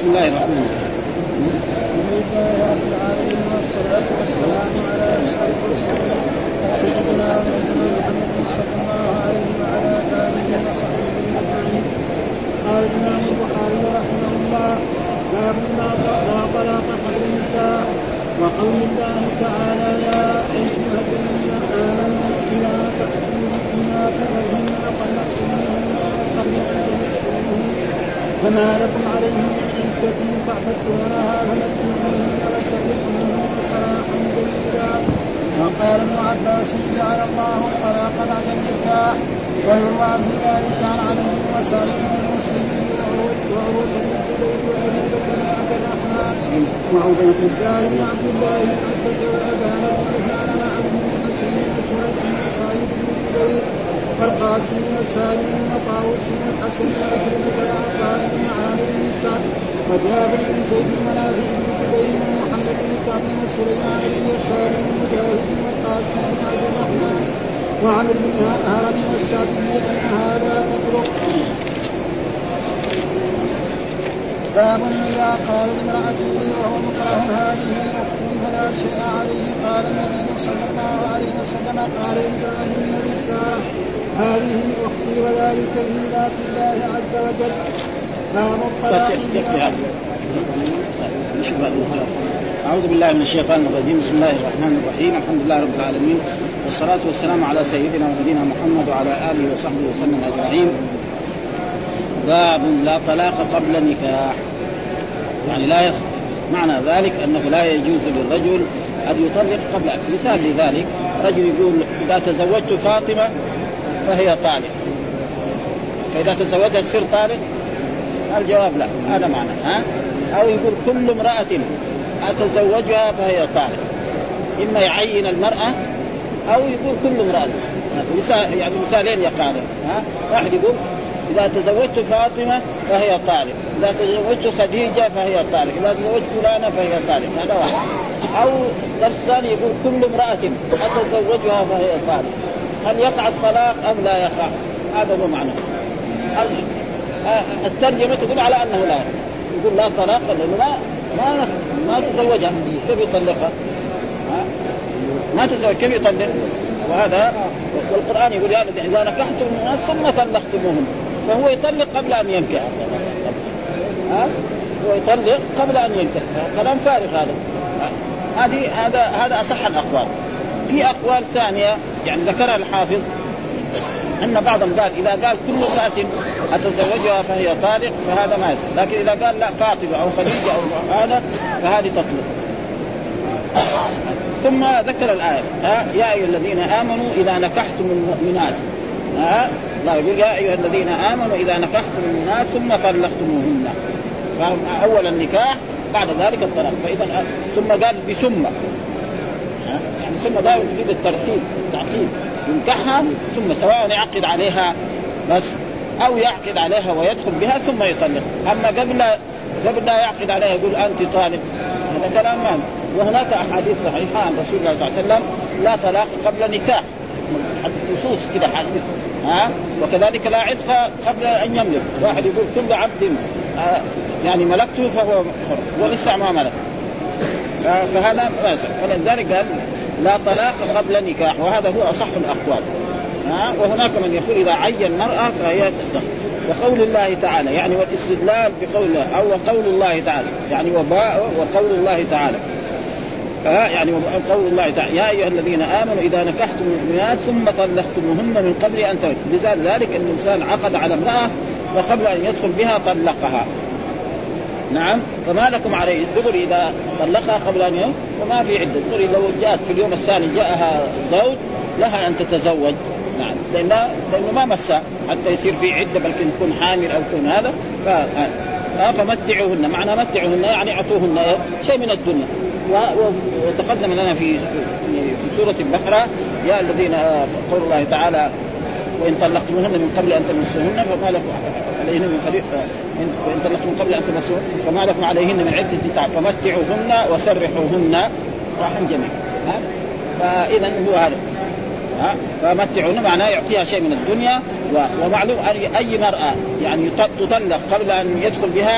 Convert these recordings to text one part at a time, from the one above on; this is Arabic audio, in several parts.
بسم الله الرحمن الرحيم. رب العالمين والصلاة والسلام على أشرف المرسلين سيدنا محمد صلى الله عليه وعلى آله وصحبه أجمعين. قال الإمام البخاري رحمه الله: باب لا طلاق قبل النكاح. وقول الله تعالى: يا أيها الذين آمنوا إذا نكحتم المؤمنات فإن طلقتموهن قبل أن تمسوهن فما لكم عليهن عدة تعتدونها فمتعوهن وسرحوهن سراحا جميلا. وقال ابن عباس: جعل الله الطلاق بعد النكاح. ويروى في ذلك عن علي وسعيد بن المسيب وعروة بن الزبير وعبيدة بن عبد الرحمن وعبيد الله بن عبد الله بن عتبة وأبان بن عثمان مع ابن حسين وسريج وسعيد بن الزبير والقاسم وسالم وطاووس والحسن وعكرمة وعطاء بن عامر بن سعد وجابر بن زيد ومنافع بن جبير ومحمد بن كعب وسليمان بن يسار ومجاهد والقاسم بن عبد الرحمن وعمر بن هرم والشافعي أن هذا تطرق. باب إذا قال لامرأته وهو مكره هذه أختي فلا شيء عليه. قال النبي صلى الله عليه وسلم: قال إبراهيم لسارة: هذه أختي وذلك في ذات الله عز وجل. باب الطلاق. أعوذ بالله من الشيطان الرجيم. بسم الله الرحمن الرحيم. الحمد لله رب العالمين، والصلاة والسلام على سيدنا ونبينا محمد وعلى آله وصحبه وسلم أجمعين. باب لا طلاق قبل نكاح، يعني لا معنى ذلك أنه لا يجوز للرجل أن يطلق قبل. مثال لذلك: رجل يقول: إذا تزوجت فاطمة فهي طالق، فإذا تزوجها تصير طالق؟ الجواب لا، هذا معنى. أو يقول: كل امرأة أتزوجها فهي طالق. إما يعين المرأة أو يقول كل امرأة. يعني مثالين يقال. واحد يقول: إذا تزوجت فاطمة فهي طالق، إذا تزوجت خديجة فهي طالق، إذا تزوجت فلانة فهي طالق. هذا واحد. أو نفس ثاني يقول: كل امرأة أتزوجها فهي طالق. هل يقع الطلاق أم لا يقع؟ هذا هو معنى. الترجمة تدل على أنه لا يقول لا طلاق، لأنه ما تزوجها، كيف يطلقها؟ ما تزوج كيف يطلق؟ وهذا والقرآن يقول: يا الذين إذا نكحتم الناس ثم طلقتموهم، فهو يطلق قبل أن ينكح. هو يطلق قبل أن ينكح، كلام فارغ هذا. هذا أصح الأقوال. في أقوال ثانية يعني ذكرها الحافظ أن بعضهم قال: إذا قال كل امرأة أتزوجها فهي طالق فهذا ما يصح، لكن إذا قال لا فاطمة أو خديجة أو هذا فهذه تطلق. ثم ذكر الآية: يا أيها الذين آمنوا إذا نكحتم المؤمنات. لا يقول: يا أيها الذين آمنوا إذا نكحتم المؤمنات ثم طلقتموهن. فأول النكاح بعد ذلك الطلاق. فإذا ثم قال بثم، يعني ثم دائما تجيب الترتيب تعقيب، ينكحها ثم سواء يعقد عليها بس أو يعقد عليها ويدخل بها ثم يطلق. أما قبل لا يعقد عليها يقول أنت طالق، هذا كلام ما. وهناك أحاديث صحيحة عن رسول الله صلى الله عليه وسلم: لا طلاق قبل نكاح، نصوص كده حديث. وكذلك لا عتق قبل أن يملك. واحد يقول: كل عبد يعني ملكته فهو حر، ولسه ما ملك، فهذا ما يصح. فلذلك قال: لا طلاق قبل نكاح، وهذا هو أصح الأقوال. وهناك من يقول: إذا عين مرأة فهي تطلق. وقول الله تعالى يعني والاستدلال بقول الله أو وقول الله تعالى يعني وقول الله تعالى يعني قول الله تعالى: يا أيها الذين آمنوا إذا نكحتم المؤمنات ثم طلقتموهن من قبل أن تزوجوا. لذلك أن الإنسان عقد على امرأة وقبل أن يدخل بها طلقها. نعم. فما لكم عليه الدبر إذا طلقها قبل أن يوم وما في عدة. لو جاءت في اليوم الثاني جاءها زوج لها أن تتزوج. نعم. لأنه ما مسها حتى يصير في عدة، بل تكون حامل أو يكون هذا. فمتعوهن، معنى متعوهن يعني أعطوهن شيء من الدنيا. وتقدم لنا في سورة البقرة: يا الذين قول الله تعالى: وإن طلقتموهن من قبل أن تمسوهن فما لكم عليهن من خليق، وإن طلقتم من قبل أن تمسوهن فما لكم عليهن من عدة فمتعوهن وسرحوهن سراحا جميلا. فإذا هو هذا. فمتعوهن معناه يعطيها شيء من الدنيا. ومعلوم أي مرأة يعني تطلق قبل أن يدخل بها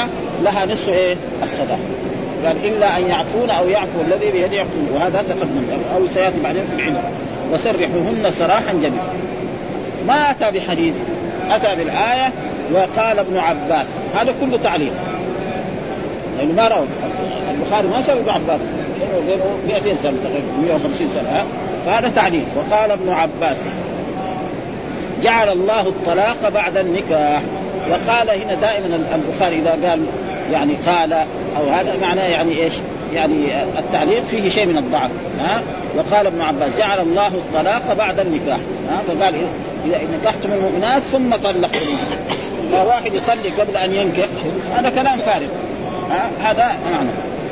لها نصف إيه الصداق. قال إلا أن يعفون أو يعفو الذي بيده يقتل، وهذا تقدم أو سيأتي بعدين في العلم. وسرحوهن سراحا جميلا. ما أتى بحديث، أتى بالآية وقال ابن عباس. هذا كله تعليق، لأنه ما رأوا البخاري ما شاف ابن عباس، شافوا 200 سنة تقريبا 150 سنة. فهذا تعليق. وقال ابن عباس جعل الله الطلاق بعد النكاح. وقال هنا دائما البخاري إذا قال يعني قال أو هذا معناه يعني إيش؟ يعني التعليق فيه شيء من الضعف. وقال ابن عباس جعل الله الطلاق بعد النكاح. فقال إذا نكحتم المؤمنات ثم طلقتموهن. فواحد يطلق قبل أن ينكح هذا كلام فارغ. هذا معنى.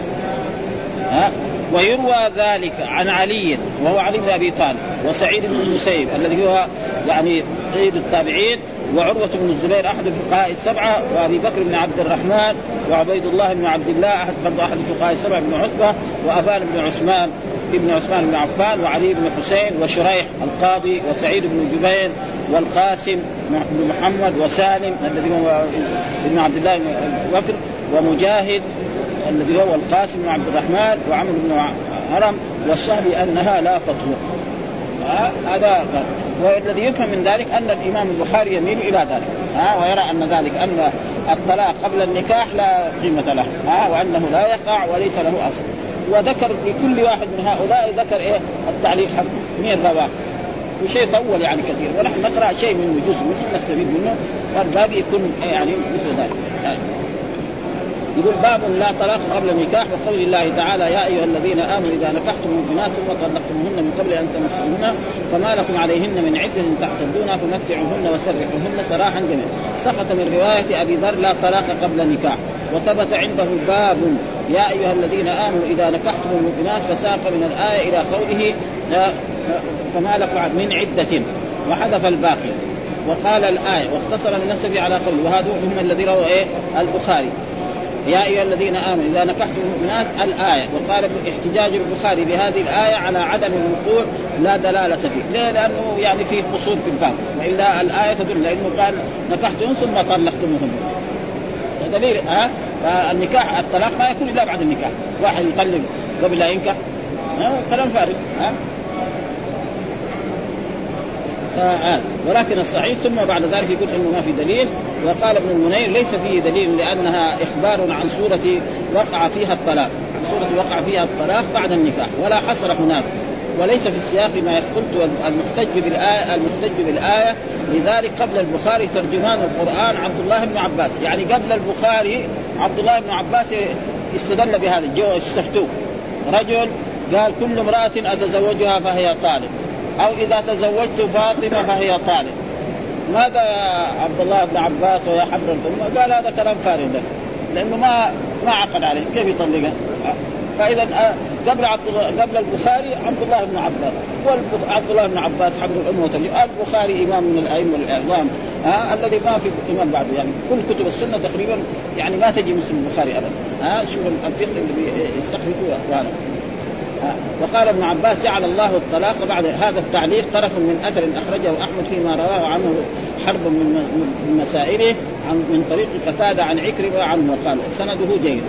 ويروى ذلك عن علي وهو علي بن أبي طالب وسعيد بن المسيب الذي هو يعني سيد التابعين، وعروة بن الزبير أحد الفقهاء السبعة، وأبي بكر بن عبد الرحمن، وعبيد الله بن عبد الله أحد الفقهاء السبعة بن عتبة، وأبان بن عثمان بن عفان، وعلي بن حسين، وشريح القاضي، وسعيد بن جبير، والقاسم بن محمد، وسالم الذي هو ابن عبد الله بن بكر، ومجاهد الذي هو القاسم بن عبد الرحمن، وعمرو بن هرم، والشهبي أنها لا تطهر. هذا والذي يفهم من ذلك أن الإمام البخاري يميل إلى ذلك، ويرى أن ذلك أن الطلاق قبل النكاح لا قيمة له، وأنه لا يقع وليس له أصل. وذكر لكل واحد من هؤلاء ذكر التعليق حقه من الرواق، وشيء طول يعني كثير، ونحن نقرأ شيء من جزء منه نستفيد منه، والباب يكون يعني مثل ذلك. يقول باب لا طلاق قبل النكاح، وقول الله تعالى يا أيها الذين آمنوا إذا نكحتم المؤمنات ثم طلقتموهن من قبل أن تمسوهن فما لكم عليهن من عدة تعتدونها فمتعوهن وسرحوهن سراحا جميلا. سقط من رواية أبي ذر لا طلاق قبل النكاح، وثبت عنده باب يا أيها الذين آمنوا إذا نكحتم المؤمنات، فساق من الآية إلى قوله فما لكم من عدة، وحذف الباقي وقال الآية واختصر من نفسه على قوله. وهذا هم الذي رواه البخاري يا أيها الذين آمنوا إذا نكحتم المؤمنات الآية. وقال احتجاج البخاري بهذه الآية على عدم الوقوع لا دلالة فيه. ليه؟ لأنه يعني فيه قصور في الباب، وإلا الآية تدل، لأنه قال نكحتم ثم طلقتموهم. دليل فالنكاح الطلاق ما يكون إلا بعد النكاح. واحد يطلق قبل لا ينكح كلام فارغ. ولكن الصحيح ثم بعد ذلك يقول انه ما في دليل. وقال ابن المنير ليس فيه دليل لانها اخبار عن سوره وقع فيها الطلاق، عن سوره وقع فيها الطلاق بعد النكاح، ولا حصر هناك، وليس في السياق ما قلت المحتج بالايه. لذلك قبل البخاري ترجمان القران عبد الله بن عباس، يعني قبل البخاري عبد الله بن عباس استدل بهذا. جو استفتوه رجل قال كل امراه اتزوجها فهي طالق، أو إذا تزوجت فاطمة فهي طالق. ماذا يا عبد الله بن عباس ويا حبر الأمة؟ قال هذا كلام فارغ، لأنه ما عقد عليه، كيف يطلقها؟ فإذا قبل البخاري عبد الله بن عباس، وعبد الله بن عباس حبر الأمة وتلقى. البخاري إمام من الأئمة الأعظام الذي ما في إمام بعده، يعني كل كتب السنة تقريبا يعني ما تجي مثل البخاري أبدا. شوف الفقه اللي يستخرجوه أخوانه. وقال ابن عباس جعل الله الطلاق بعد هذا التعليق طرف من أثر أخرجه أحمد فيما رواه عنه حرب من مسائله من طريق قتادة عن عكرمة عنه، وقال سنده جيد.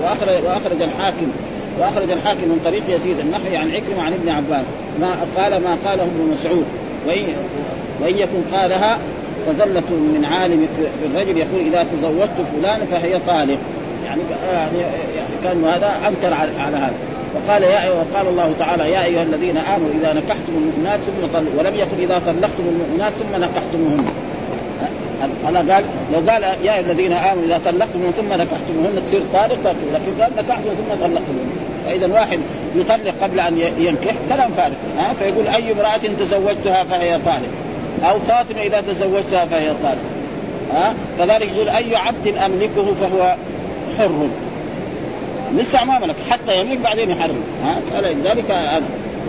وأخرج الحاكم من طريق يزيد النحوي عن عكرمة عن ابن عباس ما قاله ابن مسعود، وإن يكن قالها تزلة من عالم في الرجل يقول إذا تزوجت فلان فهي طالق، يعني كان هذا أنكر على هذا. وقال الله تعالى يا أيها الذين آمنوا إذا نكحتم المؤمنات ثم طلقتموهن، ولم يقل إذا طلقتم المؤمنات ثم نكحتموهن. أنا قال لو قال يا أيها الذين آمنوا إذا طلقتموهن ثم نكحتموهن تصير طالق، لكن قال نكحتم ثم طلقتموهن. فإذا واحد يطلق قبل أن ينكح كلام فارغ. فيقول أي امرأة تزوجتها فهي طالق، أو فاطمة إذا تزوجتها فهي طالق. كذلك يقول أي عبد أملكه فهو حر، لسه ما ملك حتى يملك بعدين يحرم. فلذلك هذا.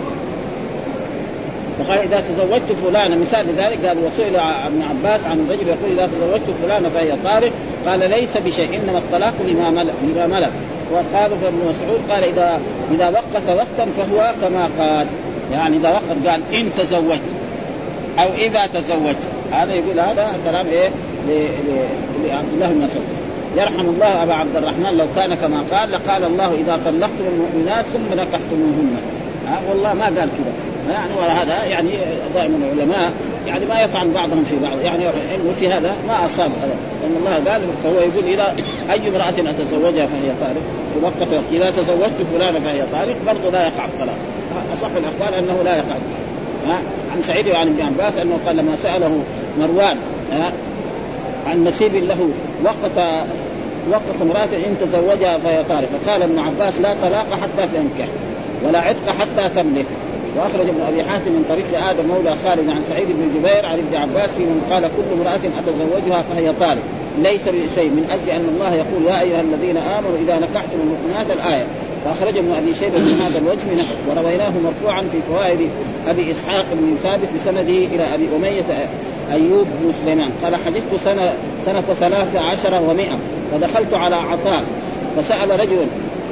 وقال إذا تزوجت فلانا، مثال لذلك قال وسئل ابن عباس عن رجل يقول إذا تزوجت فلانا فهي طارق، قال ليس بشيء إنما الطلاق لما ملك. وقال ابن مسعود قال إذا وقت وقتا فهو كما قال، يعني إذا وقت قال إن تزوجت أو إذا تزوجت، هذا يقول هذا كلام لعبد الله بن مسعود. يرحم الله أبا عبد الرحمن لو كان كما قال لقال الله إذا طلقتم المؤمنات ثم نكحتموهن. والله ما قال كذا يعني. وهذا يعني دائما العلماء يعني ما يطعن بعضهم في بعض يعني إنه في هذا ما أصاب هذا، لأن الله قال فهو يقول إذا أي امرأة أتزوجها فهي طالق وقت إذا تزوجت فلانة فهي طالق برضو لا يقع الطلاق. أصح الأخبار أنه لا يقع. عن سعيد وعن ابن عباس أنه قال لما سأله مروان عن نسيب له وقت امرأة إن تزوجها فهي طالق، فقال ابن عباس لا طلاق حتى تنكح ولا عتق حتى تملك. وأخرج ابن أبي حاتم من طريق آدم مولى خالد عن سعيد بن جبير عن ابن عباس في من قال كل امرأة أتزوجها فهي طالق ليس بشيء، من أجل أن الله يقول يا أيها الذين آمنوا إذا نكحتم المؤمنات الآية. وأخرج ابن أبي شيبة من هذا الوجه نحو، ورويناه مرفوعا في فوائد أبي إسحاق بن ثابت بسنده إلى أبي أمية أيوب بن سليمان قال حدثت سنة 13 و100 فدخلت على عطاء فسأل رجل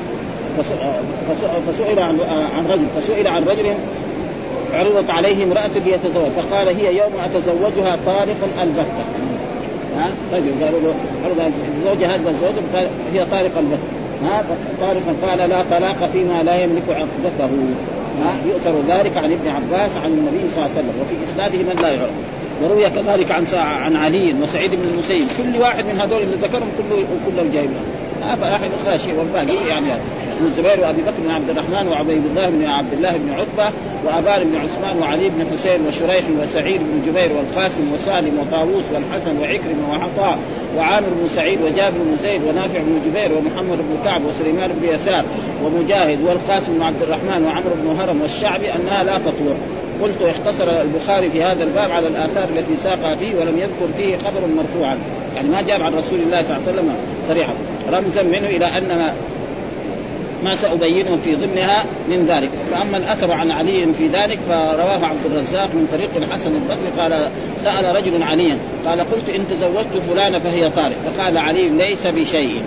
فسئل عن رجل عرضت عليه امرأة ليتزوج فقال هي يوم أتزوجها طارقا البتة. رجل قالوا له عرض على زوجها هذا الزوج قال هي طارقا البتة. طارقا قال لا طلاق فيما لا يملك عقدته. يؤثر ذلك عن ابن عباس عن النبي صلى الله عليه وسلم وفي إسناده من لا يعرف. وروي كذلك عن علي وسعيد بن المسيب كل واحد من هذول اللي ذكرهم كلهم جايبنا. فأحد خاشي والباقي يعني ابن الزبير وأبي بكر بن عبد الرحمن وعبيد الله بن عبد الله بن عتبة وأبان بن عثمان وعلي بن حسين وشريح وسعيد بن جبير والقاسم وسالم وطاووس والحسن وعكرم وعطاء وعامر بن سعيد وجابر بن زيد ونافع بن جبير ومحمد بن كعب وسليمان بن يسار ومجاهد والقاسم بن عبد الرحمن وعمرو بن هرم والشعبي أنها لا تطلق. قلت اختصر البخاري في هذا الباب على الآثار التي ساقها فيه ولم يذكر فيه خبر مرفوعا يعني ما جاب عن رسول الله صلى الله عليه وسلم صريحا رمزا منه إلى أن ما سأبينه في ضمنها من ذلك. فأما الأثر عن علي في ذلك فرواه عبد الرزاق من طريق الحسن البصري قال سأل رجل عليا قال قلت إن تزوجت فلانة فهي طارق فقال علي ليس بشيء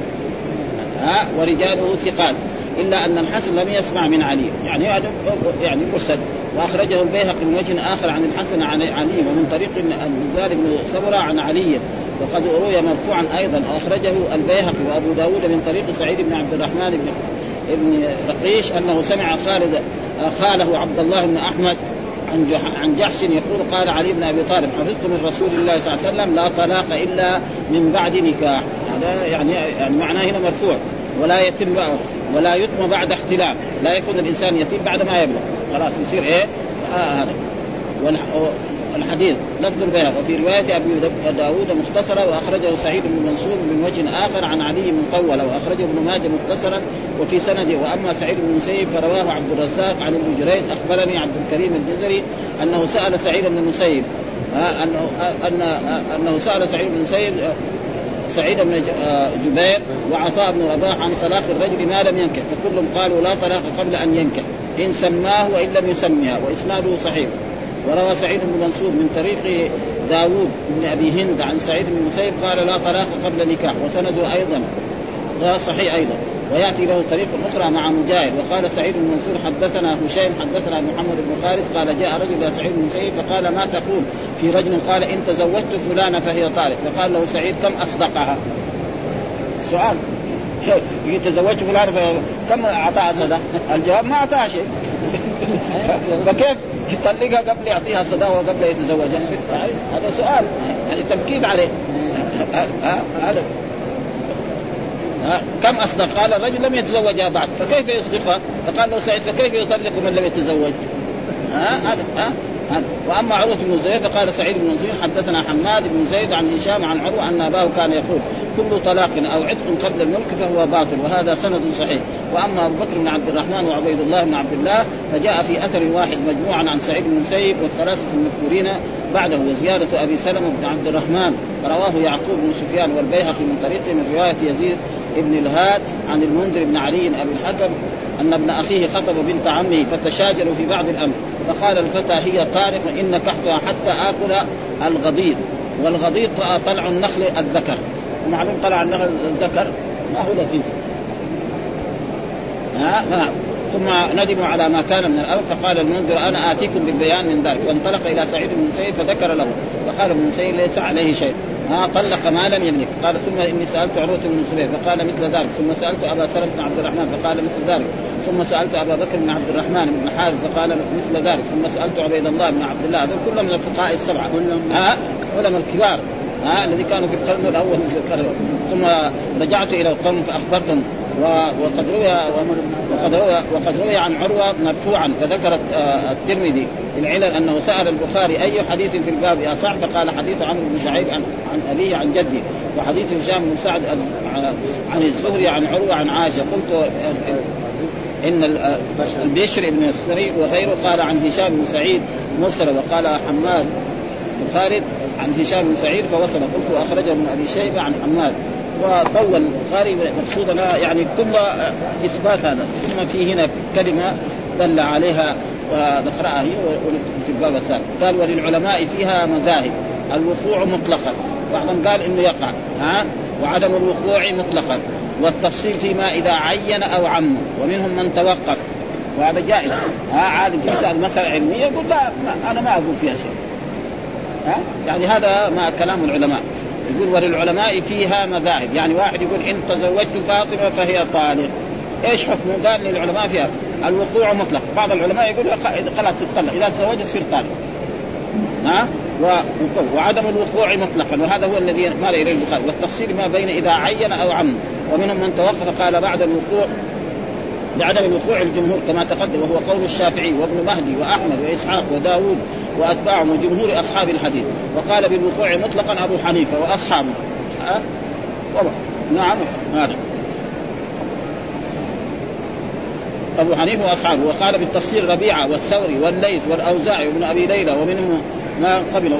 ورجاله ثقات إلا أن الحسن لم يسمع من علي يعني مرسل. وأخرجه البيهقي من وجه آخر عن الحسن عن علي ومن طريق النزار بن صبرة عن علي وقد روي مرفوعا أيضا. أخرجه البيهقي وأبو داود من طريق سعيد بن عبد الرحمن ابن رقيش أنه سمع خاله عبد الله بن أحمد عن جحش يقول قال علي بن أبي طالب حفظت من رسول الله صلى الله عليه وسلم لا طلاق إلا من بعد نكاح. هذا يعني معناه هنا مرفوع ولا يتم ولا يتم بعد احتلام لا يكون الإنسان يتيم بعد ما يبلغ خلاص يصير إيه هذا. والحديث لفظ البيهقي وفي رواية أبي داود مختصرة وأخرجه سعيد بن منصور من وجه آخر عن علي مطولة وأخرجه ابن ماجه مختصرا وفي سنده. وأما سعيد بن المسيب فرواه عبد الرزاق عن ابن جريج أخبرني عبد الكريم الجزري أنه سأل سعيد بن المسيب أنه سأل سعيد بن المسيب سعيد بن جبير وعطاء بن رباح عن طلاق الرجل ما لم ينكح فكلهم قالوا لا طلاق قبل أن ينكح إن سماه وإن لم يسميها وإسناده صحيح. وروى سعيد بن منصور من طريق داود بن أبي هند عن سعيد بن المسيب قال لا طلاق قبل نكاح وسنده أيضا صحيح أيضا. ويأتي له طريق أخرى مع مجاهد. وقال سعيد بن منصور حدثنا هشيم حدثنا محمد بن خالد قال جاء رجل إلى سعيد بن المسيب فقال ما تقول في رجل قال إن تزوجت فلانة فهي طالق فقال له سعيد كم أصدقها. السؤال تزوجت فلانة كم أعطاها صدقة؟ الجواب ما أعطاها شيء فكيف يطلقها قبل يعطيها صدقة وقبل يتزوجها؟ هذا سؤال يعني تمكيد عليه. هذا كم أصدق؟ قال الرجل لم يتزوجها بعد فكيف يصدقها؟ فقال له سعيد فكيف يطلق من لم يتزوج؟ وأما عروة بن زيد فقال سعيد بن زيد حدثنا حماد بن زيد عن هشام عن عروة أن أباه كان يقول كل طلاق أو عتق قبل الملك فهو باطل وهذا سند صحيح. وأما أبو بكر بن عبد الرحمن وعبيد الله بن عبد الله فجاء في أثر واحد مجموعا عن سعيد بن المسيب والثلاثة المذكورين بعده وزيادة أبي سلمة بن عبد الرحمن رواه يعقوب بن سفيان والبيهقي من طريقه من رواية يزيد ابن الهاد عن المنذر بن علي أبي الحكم أن ابن أخيه خطب بنت عمه فتشاجروا في بعض الأمر فقال الفتى هي طارق إن نكحتها حتى آكل الغضيض والغضيض طلع النخل الذكر ومعلوم طلع النخل الذكر ما هو لذيذ ثم ندموا على ما كان من الأمر فقال المنذر أنا آتيكم بالبيان من ذلك. فانطلق إلى سعيد بن المسيب فذكر له فقال ابن المسيب ليس عليه شيء طلق ما لم يملك. قال ثم إني سألت عروة بن الزبير فقال مثل ذلك، ثم سألت أبا سلمة بن عبد الرحمن فقال مثل ذلك، ثم سألت أبا بكر بن عبد الرحمن بن حارث فقال مثل ذلك، ثم سألت عبيد الله بن عبد الله. هذول كلهم من الفقهاء السبعة علماء الكبار الذي كانوا في القرن الأول. ثم رجعت إلى القوم فأخبرتهم. وقد روي عن عروة مرفوعا، فذكرت الترمذي العلل أنه سأل البخاري أي حديث في الباب أصح، فقال حديث عمرو بن شعيب عن أبيه عن جدي، وحديث هشام بن سعد عن الزهري عن عروة عن عائشة. قلت إن البشر بن السري وغيره قال عن هشام بن سعيد مرسل، وقال حماد بن خالد عن هشام بن سعيد فوصل. قلت أخرجه ابن أبي شيبة عن حماد. وطول البخاري مقصودنا يعني كل إثبات هذا. ثم في هنا كلمة دل عليها ونقرأها هي في الباب الثاني. قال وللعلماء فيها مذاهب، الوقوع مطلقا، بعضهم قال إنه يقع وعدم الوقوع مطلقا، والتفصيل فيما إذا عين أو عم، ومنهم من توقف، وهذا جائز. عالم يسأل مسألة علمية يقول لا أنا ما أقول فيها شيء. يعني هذا ما كلام العلماء. يقول وللعلماء فيها مذاهب، يعني واحد يقول إن تزوجت فاطمة فهي طالق، إيش حكمه؟ قال للعلماء فيها الوقوع مطلق. بعض العلماء يقول خلاص تطلق، إذا تزوجت تصير طالق. وعدم الوقوع مطلقا، وهذا هو الذي مال إليه البخاري. والتفصيل ما بين إذا عين أو عم، ومنهم من توقف قال بعد الوقوع بعدم الوقوع الجمهور كما تقدم، وهو قول الشافعي وابن مهدي وأحمد وإسحاق وداود وأتباعهم وجمهور أصحاب الحديث. وقال بالوقوع مطلقا أبو حنيفة وأصحابه. نعم هذا أبو حنيفة وأصحابه. وقال بالتفسير ربيعة والثوري والليث والأوزاعي وابن أبي ليلى، ومنهم ما قبله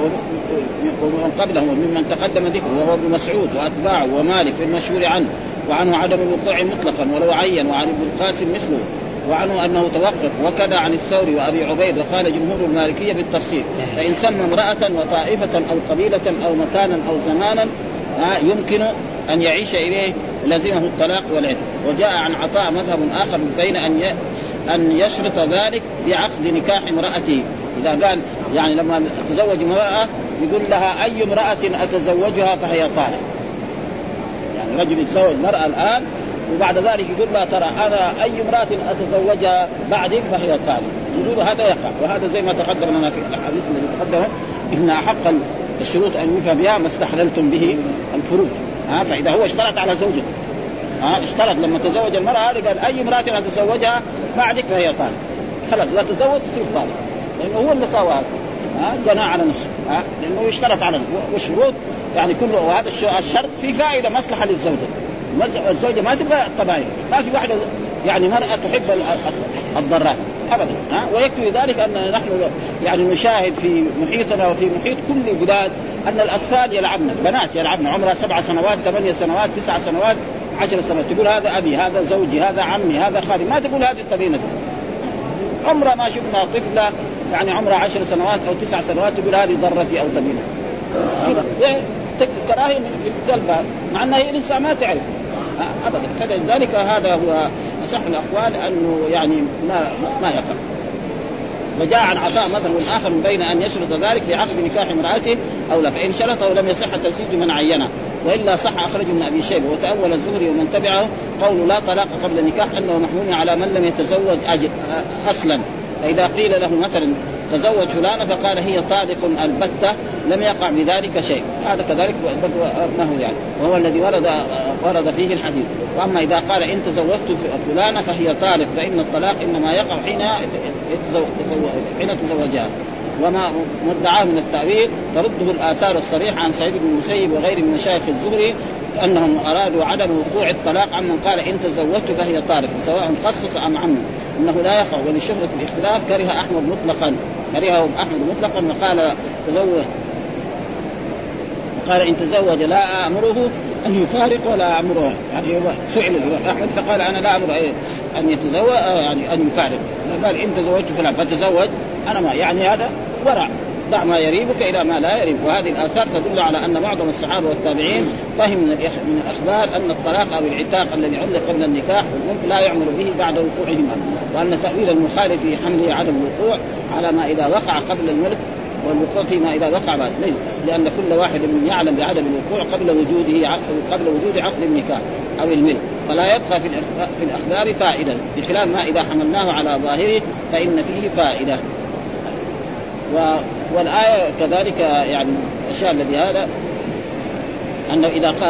وممن تقدم ذكره، وهو ابن مسعود وأتباعه ومالك في المشهور عنه، وعنه عدم الوقوع مطلقا ولو عين، وعن ابن القاسم مثله، وعنه أنه توقف، وكذا عن الثوري وأبي عبيد. وقال جمهور المالكية بالتفسير فإن سمى امرأة وطائفة أو قبيلة أو مكانا أو زمانا يمكن أن يعيش إليه لزمه الطلاق والعتق. وجاء عن عطاء مذهب آخر بين أن يشرط ذلك بعقد نكاح امرأته. إذا قال يعني لما تزوج امرأة يقول لها أي امرأة أتزوجها فهي طالق، يعني رجل يتزوج مرأة الآن وبعد ذلك يقول لها ترى أنا أي امرأة أتزوجها بعدك فهي طالق، يقول هذا يقع. وهذا زي ما تقدم لنا في الحديث الذي تقدم إن أحق الشروط أن يوفى بها ما استحللتم به الفروج. فإذا هو اشترط على زوجته اشترط لما تزوج المرأة هذه قال أي امرأة أتزوجها بعدك فهي طالق، خلاص لا تزوج تصير طالق، لأنه هو اللي صار جنى على نفسه لأنه يشترط على والشروط يعني كله. وهذا الشرط في فائدة مصلحة للزوجة. الزوجة ما تبقى طبيعية، ما في واحدة يعني مرأة تحب الضرات أبدا. ويكفي ذلك أن نحن يعني نشاهد في محيطنا وفي محيط كل البلاد أن الأطفال يلعبن، بنات يلعبن عمرها 7 سنوات 8 سنوات 9 سنوات 10 سنوات، تقول هذا أبي هذا زوجي هذا عمي هذا خالي، ما تقول هذه الطبينة. عمرها ما شفنا طفلة يعني عمرها 10 سنوات أو 9 سنوات تقول هذه ضرتي أو طبينة. كراهية في قلبها مع أنها هي لسه ما تعرف أبدا. فلذلك هذا هو أصح الأقوال أنه يعني ما يقع. وجاء عن عطاء مثل آخر بين أن يشرط ذلك في عقد نكاح امرأته أو لا، فإن شرطه لم يصح تزويج من عينه، وإلا صح أخرج من أبي شيبة. وتأول الزهري ومن تبعه قول لا طلاق قبل النكاح أنه محمول على من لم يتزوج أصلا. فإذا قيل له مثلا تزوج فلانة فقال هي طالق البتة لم يقع بذلك شيء، هذا كذلك ما هو يعني، وهو الذي ورد فيه الحديث. وأما إذا قال إن تزوجت فلانة فهي طالق فإن الطلاق إنما يقع حين تزوجها. وما مدعاه من التأويل ترده الآثار الصريحة عن سعيد بن المسيب وغير من مشايخ الزهري أنهم أرادوا عدم وقوع الطلاق عمن قال إن تزوجت فهي طالق سواء خصص أم عمه، إنه لا يقع. ولشهرة الاختلاف كرهه أحمد مطلقا وقال تزوج قال إن تزوج لا أمره أن يفارق ولا أمره، يعني سئل أحمد فقال أنا لا أمر أن يتزوج يعني أن يفارق، قال إن تزوجت فلان فتزوج أنا ما يعني هذا ورع، دع ما يريبك إلى ما لا يريب. وهذه الآثار تدل على أن معظم الصحابة والتابعين فهم من الأخبار أن الطلاق أو العتاق الذي علق قبل النكاح والملك لا يعمل به بعد وقوعهما، وأن تأويل المخالف في حمله عدم الوقوع على ما إذا وقع قبل الملك والوقوع فيما إذا وقع بعد، لأن كل واحد من يعلم بعدم الوقوع قبل وجود عقد النكاح أو الملك، فلا يبقى في الأخبار فائدة، بخلاف ما إذا حملناه على ظاهره فإن فيه فائدة. والآية كذلك يعني الشيء الذي هذا أنه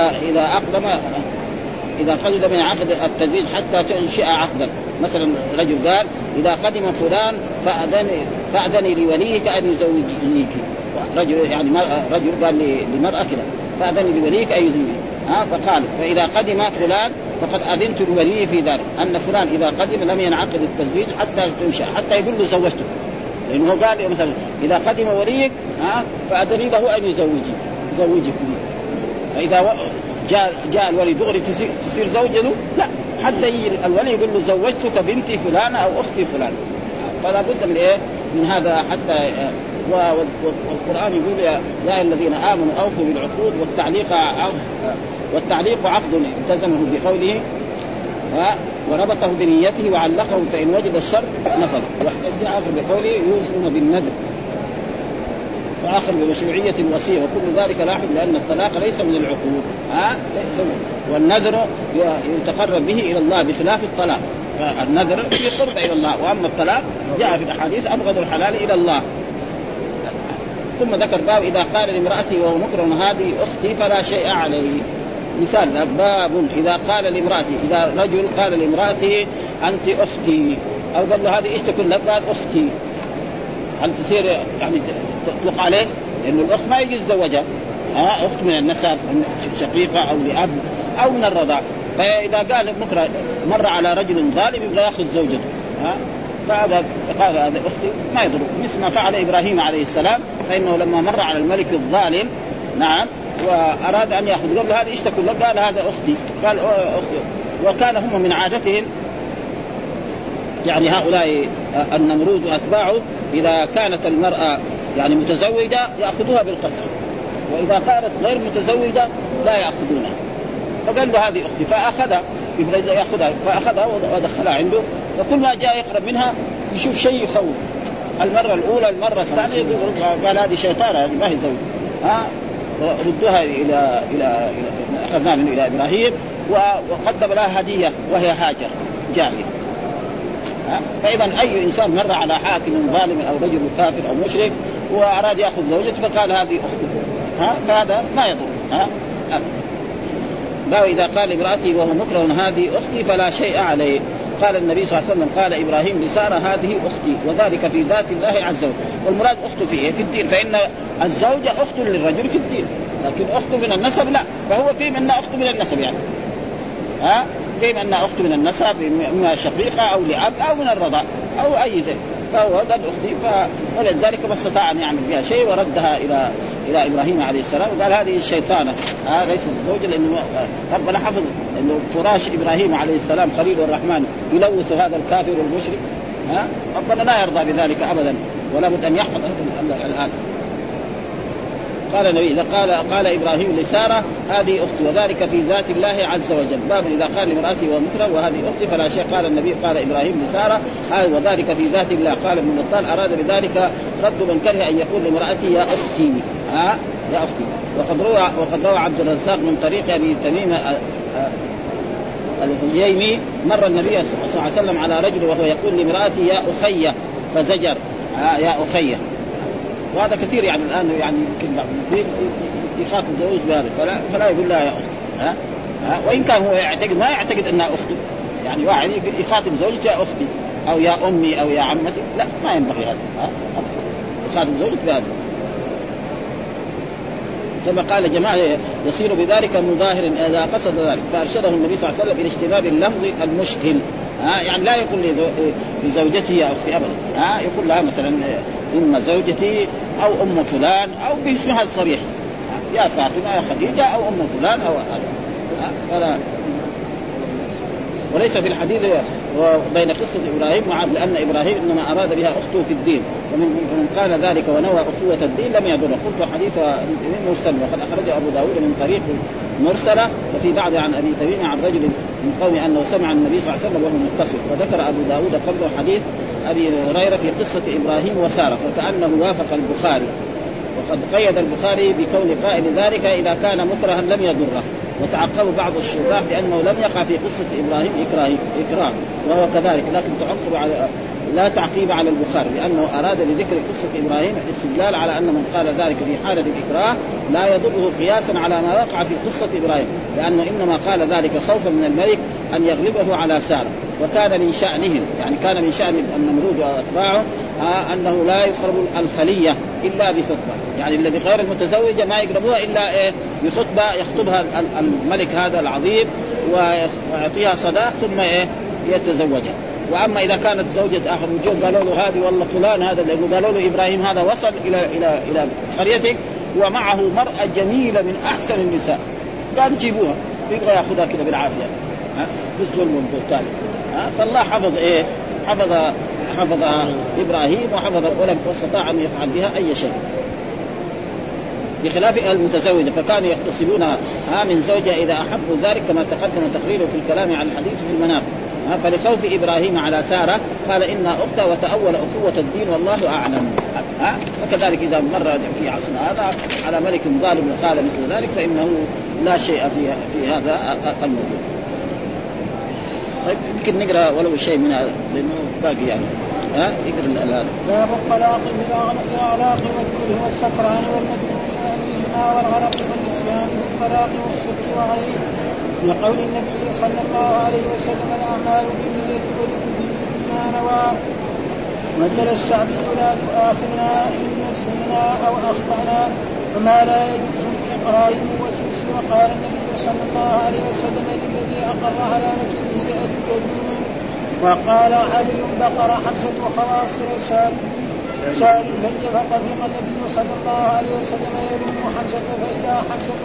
إذا قدم من عقد التزويج حتى تنشئ عقدا، مثلا رجل قال إذا قدم فلان فأذني لوليك أن يزوجنيك، رجل قال لمرأة كده فأذني لوليك أن يزوجنيك، فقال فإذا قدم فلان فقد أذنت لولي في ذلك، أن فلان إذا قدم لم ينعقد التزويج حتى تنشأ، حتى يقول له زوجته، لأنه قال مثلا إذا قدم وليك فأذني له أن يزوجك. فإذا جاء الولي دغري تصير زوجة له؟ لا، حتى الولي يقول له زوجتك بنتي فلانة أو أختي فلانة. فلا بد من إيه من هذا حتى. والقرآن يقول يا أيها الذين آمنوا أوفوا بالعقود والتعليق عقد التزمه بقوله وربطه بنيته وعلقه فإن وجد الشر نفذ، واحتج آخر بقوله يوفون بالنذر، وآخر بمشروعية الوصية، وكل ذلك لاحظ لأن الطلاق ليس من العقود، والنذر يتقرب به إلى الله بخلاف الطلاق، النذر يقرب إلى الله، وأما الطلاق جاء في الأحاديث أبغض الحلال إلى الله. ثم ذكر باب إذا قال لامرأتي وهو مكره هذه أختي فلا شيء عليه. مثال باب إذا قال لامرأتي، إذا رجل قال لامرأتي أنت أختي، أو قال له هذه إيش تكون لك؟ قال أختي، هل تصير يعني تطلق عليه؟ لأنه الأخت ما يجي يتزوجها، أخت من النسب شقيقة أو لأب أو من الرضاع. فإذا قال مكره مر على رجل ظالم يبغى يأخذ زوجته، فهذا قال هذا أختي ما يضر، مثل ما فعل إبراهيم عليه السلام، فإنه لما مر على الملك الظالم نعم وأراد أن يأخذ، قال له هذه إيش تكون لك؟ قال هذا أختي، قال أختي. وكان هم من عادتهم يعني هؤلاء النمرود وأتباعه إذا كانت المرأة يعني متزوجة يأخذوها بالقصر، وإذا كانت غير متزوجة لا يأخذونها. فقال له هذه أختي، فأخذها يبغى يأخذها، فأخذها ودخلها عنده، فكل ما جاء يقرب منها يشوف شيء يخوف، المرة الأولى المرة الثانية قال هذه شيطانة، هذه ما هي زوجة، ردوها إلى أخذناها منه إلى إبراهيم، وقدم لها هدية وهي هاجر جارية. فإذا أي إنسان مر على حاكم ظالم أو رجل كافر أو مشرك وأراد يأخذ زوجته فقال هذه أختك، فهذا ما يضر. إذا قال امرأتي وهو مكره هذه أختي فلا شيء عليه. قال النبي صلى الله عليه وسلم قال إبراهيم لسارة هذه أختي، وذلك في ذات الله عز وجل. والمراد أخت في الدين، فإن الزوجة أخت للرجل في الدين، لكن أخت من النسب لا، فهو في منها أخت من النسب يعني في منها أخت من النسب، إما شقيقة أو لأب أو من الرضاع أو أي زي، فهو ذات أختي. ولذلك ما استطاع أن يعمل بها شيء وردها إلى إبراهيم عليه السلام، وقال هذه الشيطانة ليست الزوجة، لأنه ربنا حفظ أنه فراش إبراهيم عليه السلام خليل الرحمن يلوث هذا الكافر والمشرك، ربنا لا يرضى بذلك أبدا، ولا بد أن يحفظ الآن. قال النبي إذا قال إبراهيم لسارة هذه أختي، وذلك في ذات الله عز وجل. باب إذا قال لامرأتي ومكره وهذه أختي فلا شيء. قال النبي قال إبراهيم لسارة وذلك في ذات الله. قال ابن بطال أراد بذلك رد من كره أن يقول لامرأتي يا أختي يا أختي. وقد روى عبد الرزاق من طريق أبي تميم الهجيمي مر النبي صلى الله عليه وسلم على رجل وهو يقول لامرأتي يا أخي فزجر يا أخي. وهذا كثير يعني الآن يعني يمكن يخاطب زوج بهذا فلا يقول لها يا أختي وإن كان هو ما يعتقد أنها أخته، يعني واحد يخاطب زوجته يا أختي أو يا أمي أو يا عمتي، لا ما ينبغي هذا يخاطب زوجته بهذا. كما قال جماعة يصير بذلك مظاهر إذا قصد ذلك، فأرشده النبي صلى الله عليه وسلم إلى اجتناب اللفظ المشكل. يعني لا يقول لزوجته يا أختي أبدا، يقول لها مثلا إما زوجتي أو أم فلان أو باسمها الصريح يا فاطمة يا خديجة أو أم فلان أو هذا. وليس في الحديث بين قصة إبراهيم وعاد، لأن إبراهيم إنما أراد بها أخته في الدين، فمن قال ذلك ونوى أخوة الدين لم يضر. قلت حديث مرسل، وقد أخرج أبو داود من طريق مرسلة، وفي بعض عن أبي تميم عن رجل من قوم أنه سمع النبي صلى الله عليه وسلم وهو متصل. وذكر أبو داود قبله حديث أبي هريرة في قصة إبراهيم وسارة فكأنه وافق البخاري. وقد قيد البخاري بكون قائل ذلك إذا كان مكرها لم يضره. وتعقب بعض الشراح بأنه لم يقع في قصة إبراهيم إكراه وهو كذلك، لكن تعقب على لا تعقيب على البخاري لأنه أراد بذكر قصة إبراهيم الاستدلال على أن من قال ذلك في حالة الإكراه لا يضره قياسا على ما وقع في قصة إبراهيم، لأنه إنما قال ذلك خوفا من الملك أن يغلبه على سارة. وكان من شأنهم يعني كان من شأن النمرود وأتباعه أنه لا يخرب الخلية إلا بخطبة، يعني الذي غير المتزوجة ما يقربوها إلا بخطبة يخطبها الملك هذا العظيم ويعطيها صداق ثم يتزوجها. وأما إذا كانت زوجة آخر وجوه قالوا له هذه والله فلان هذا اللي قالوا له إبراهيم هذا وصل إلى قريتك ومعه مرأة جميلة من أحسن النساء، قالوا جيبوها يبغى يأخذها كده بالعافية بالظلم والبهتان. فالله حفظ إبراهيم وحفظ ولم يستطاع أن يفعل بها أي شيء بخلاف المتزوجة فكانوا يقتصدونها من زوجها إذا أحبوا ذلك كما تقدم تقريره في الكلام عن الحديث في المناقب. فلخوف إبراهيم على سارة قال إن أخته وتأول أخوة الدين والله أعلم. وكذلك إذا مر في عصرنا هذا على ملك ظالم وقال مثل ذلك فإنه لا شيء في هذا الموضوع. طيب يمكن نقرأ ولو شيء من هذا لأنه باقي يعني يقرأ الآن. باب الطلاق بالأغلاق والكره والسكران والمجنون وأمرهما والغرق والنسيان بالطلاق والشرك وغيره. لقول النبي صلى الله عليه وسلم الأعمال بالنية ولكل ما نوى. وجل الشعبي لا تؤاخذنا إن نسينا أو أخطأنا وما لا يجوز الإقرار والسوس. وقال النبي صلى الله عليه وسلم للذي أقر على نفسه أبي جبين. وقال علي بقر حمزة وخواصر شارب البي فطفق النبي صلى الله عليه وسلم يلوم حمزة فإذا حمزة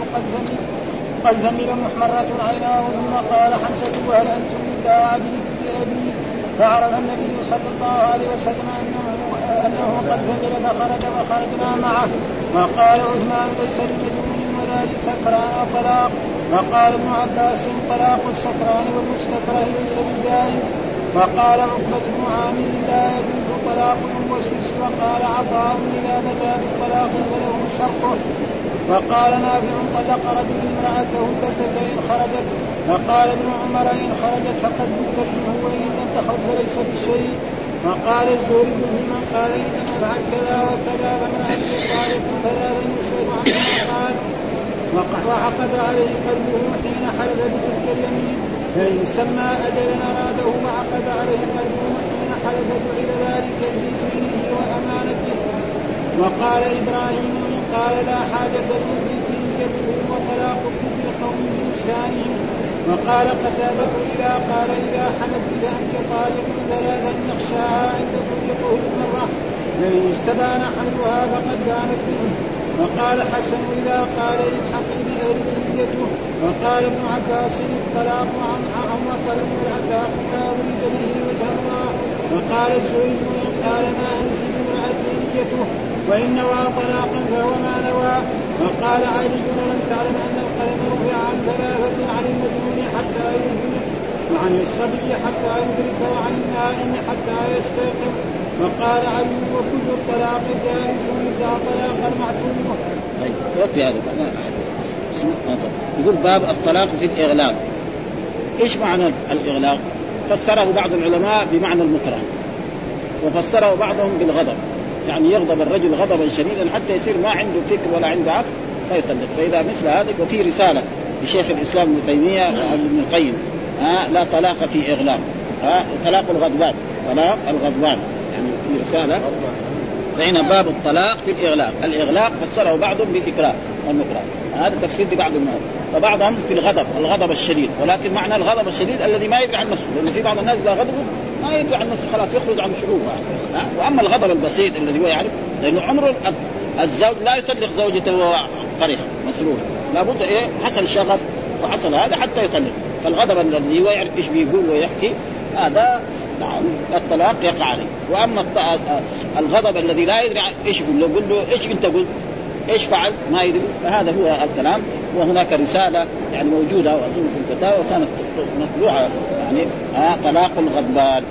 قد ذمل محمرة عيناه ثم قال حمزة وهل أنتم إلا عبيد بأبي. فعرف النبي صلى الله عليه وسلم أنه قد ذمل فخرج وخرجنا معه. وقال عثمان ليس لمجنون ولا لسكران طلاق. وقال ابن عباس طلاق السكران والمستكره ليس بالدائم. وقال عقبة بن عامر لا يجوز طلاق الموسوس. وقال عطاء إذا بدا بالطلاق فله شرطه. وقال نافع طلق رجل امرأته بتة إن خرجت. وقال ابن عمر إن خرجت فقد بتت منه وإن لم تخرج فليس بشيء. وقال الزهري من قال إن نفعل كذا وكذا فمن أبي طالب ثلاثا يسأل عنه قال وعقد عليه قلبه حين حلف بتلك اليمين فإن سمى أجلا أراده وعقد عليه قلبه حين حلف جعل ذلك في دينه وأمانته. وقال إبراهيم قال لا حاجة لي في يده وطلاق كل قوم بلسانهم. وقال قتادة إذا حملت فأنت طالق ثلاثا يخشاها عند كل طهر مرة فإن استبان حملها فقد بانت منه. وقال حسن إذا قال الحقي بأهل نيته. وقال ابن عباس الطلاق عن وطن والعتاق لا ولد به وجه الله. وقال الزهري إن قال ما أنت بامرأة نيته وإن نوى طلاقا فهو ما نوى. وقال علي لم تعلم أن القلم رفع عن ثلاثة عن المجنون حتى يدرك وعن الصبي حتى يدرك وعن النائم حتى يستيقظ. وقال علي وكل الطلاق جائز إلا طلاق المعتوم. طيب وفي هذا يقول باب الطلاق في الإغلاق. إيش معنى الإغلاق؟ فسره بعض العلماء بمعنى المكره وفسره بعضهم بالغضب، يعني يغضب الرجل غضبا شديدا حتى يصير ما عنده فكر ولا عنده عقل فيطلق. فإذا مثل هذا وفي رسالة لشيخ الإسلام ابن تيمية وابن القيم لا طلاق في إغلاق طلاق الغضبان يعني في رسالة. فهنا باب الطلاق في الإغلاق فسره بعضهم بالإكراه والمكره، هذا تفسير لبعض الناس. وبعضهم في الغضب الشديد، ولكن معنى الغضب الشديد الذي ما يدري عن نفسه، لأن في بعض الناس إذا غضبوا ما يدري عن نفسه خلاص يخرج عن شعوره. وأما الغضب البسيط الذي هو يعرف، لأنه عمره الزوج لا يطلق زوجته وهو فرح مسرور، لابد حصل شغف وحصل هذا حتى يطلق. فالغضب الذي هو يعرف إيش بيقول ويحكي هذا الطلاق يقع عليه. وأما الغضب الذي لا يدري إيش يقول، لو قل له إيش أنت قلت إيش فعل ما يدري. فهذا هو الكلام. وهناك رسالة يعني موجودة وأظن في الفتاوى وكانت مطبوعة يعني طلاق الغضبان.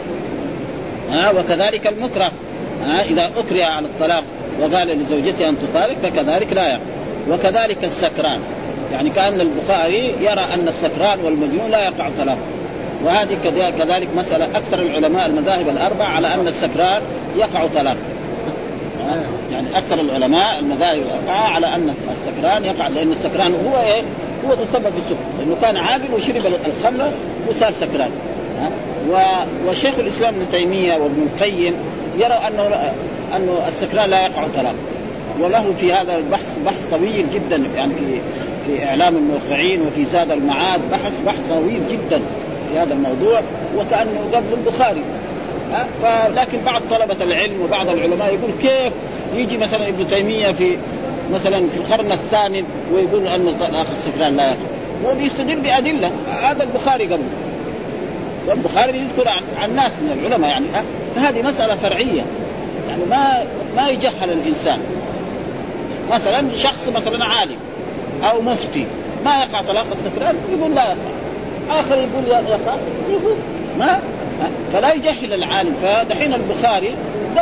وكذلك المكره إذا أكره على الطلاق وقال لزوجته أن تطالق فكذلك لا يقع. وكذلك السكران يعني كأن البخاري يرى أن السكران والمجنون لا يقع طلاق. وهذه كذلك مسألة أكثر العلماء المذاهب الأربعة على أن السكران يقع طلاق. يعني أكثر العلماء المذاهب الأربعة على أن السكران يقع، لأن السكران هو تسبب في السكر لأنه كان عاقل وشرب الخمر وصار سكران. وشيخ الإسلام ابن تيمية وابن القيم يرى أنه السكران لا يقع طلاق. وله في هذا البحث بحث طويل جدا يعني في إعلام الموقعين وفي زاد المعاد بحث طويل جدا في هذا الموضوع وكأنه قبل البخاري. لكن بعض طلبة العلم وبعض العلماء يقول كيف يجي مثلا ابن تيمية في القرن الثاني ويقول أن طلاق السكران لا يقع، وبيستدل بأدلة. هذا البخاري قبل، والبخاري يذكر عن ناس من العلماء يعني. فهذه مسألة فرعية يعني ما يجهل الإنسان. مثلا شخص مثلا عالم أو مفتي ما يقع طلاق السكران يقول لا يقع، آخر يقول يقع يقول ما، فلا يجهل العالم. فدحين البخاري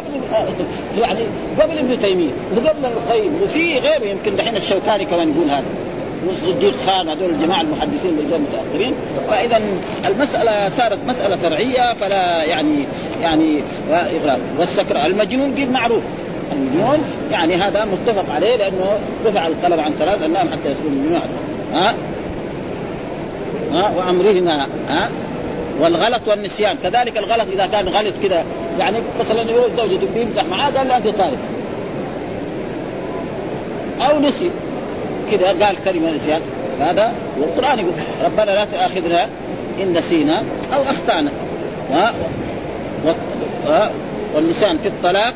قبل ابن تيمية وقبل القيم وفي غيره، يمكن دحين الشوكاني كمان يقول هذا، والصديق خان، هذول الجماعة المحدثين اللي جاءوا متأخرين. فإذا المسألة صارت مسألة فرعية فلا يعني إغراء. والسكر المجنون قيل معروف، المجنون يعني هذا متفق عليه لأنه رفع القلم عن ثلاث النام حتى يسكن المجنون. وأمرهما والغلط والنسيان كذلك. الغلط إذا كان غلط كده يعني مثلا يقول زوجته بيمزح معاه قال لا أنت طالب، أو نسي كده قال كلمة نسيان، هذا والقرآن يقول ربنا لا تؤاخذنا إن نسينا أو أخطأنا. والنسيان في الطلاق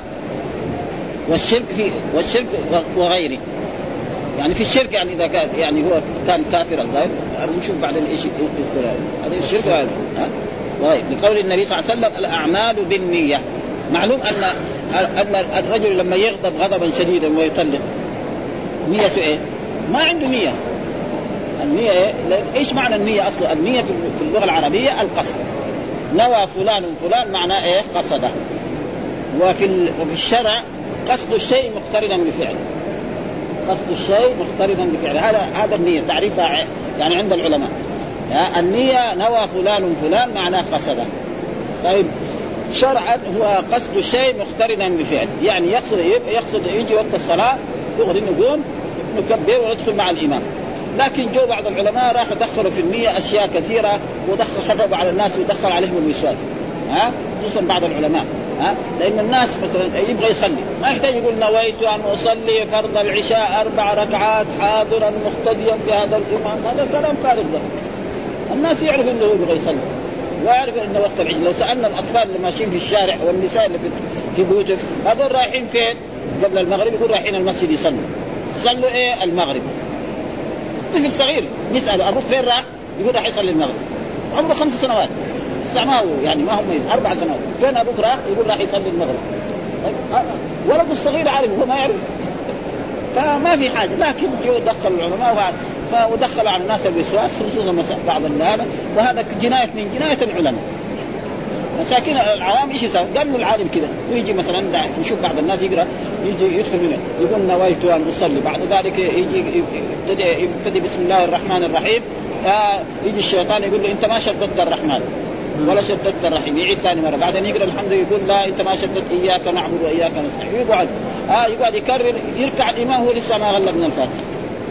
والشرك وغيره. يعني في الشرك يعني إذا كان يعني هو كان كافرا نشوف بعدين إيش يذكر هذا الشرك وغيره. لقول النبي صلى الله عليه وسلم الأعمال بالنية. معلوم أن الرجل لما يغضب غضبا شديدا ويطلق نيته إيه؟ ما عنده نية. النية إيه؟ إيش معنى النية أصلا؟ النية في اللغة العربية القصد. نوى فلان معناه إيه؟ قصده. وفي الشرع قصد الشيء مقترنا بفعل. قصد الشيء مقترنا بفعل، هذا النية تعريفها يعني عند العلماء. النية نوى فلان معناه قصده. طيب شرعا هو قصد الشيء مقترنا بفعل، يعني يقصد يجي وقت الصلاة يغري نقوم نكبر وندخل مع الإمام. لكن جو بعض العلماء راحوا دخلوا في النية أشياء كثيرة ودخلوا على الناس ودخل عليهم الوسواس، خصوصا بعض العلماء. لأن الناس مثلا يبغى يصلي ما يحتاج يقول نويت أن أصلي فرض العشاء 4 ركعات حاضرا مقتديا بهذا الإمام، هذا كلام فارغ. الناس يعرف أنه يبغى يصلي ويعرف أنه وقت العشاء. لو سألنا الأطفال اللي ماشيين في الشارع والنساء اللي في بيوتهم هذول رايحين فين قبل المغرب يقول رايحين المسجد يصلوا إيه المغرب. طفل صغير نسأل أبوك فين راح يقول راح يصلي المغرب، عمره 5 سنوات ما هو يعني ما هم 4 سنوات، فين أبوك راح يقول راح يصلي المغرب. ولد الصغير عارف هو ما يعرف، فما في حاجة. لكن جو دخل العلماء ودخل على الناس الوسواس خصوصا بعض الناس، وهذا جناية من جناية العلماء. مساكين العوام ايش يسوي؟ قالوا العالم كده ويجي مثلا نشوف بعض الناس يجي يدخل هنا يقول نويت ان اصلي، بعد ذلك يجي يبتدي بسم الله الرحمن الرحيم، يجي الشيطان يقول له انت ما شددت الرحمن ولا شددت الرحيم، يعيد ثاني مره، بعدين يقرا الحمد يقول لا انت ما شددت اياك نعبد واياك نستعين، يقعد يكرر يركع الامام هو لسه ما غلق من الفاتحه.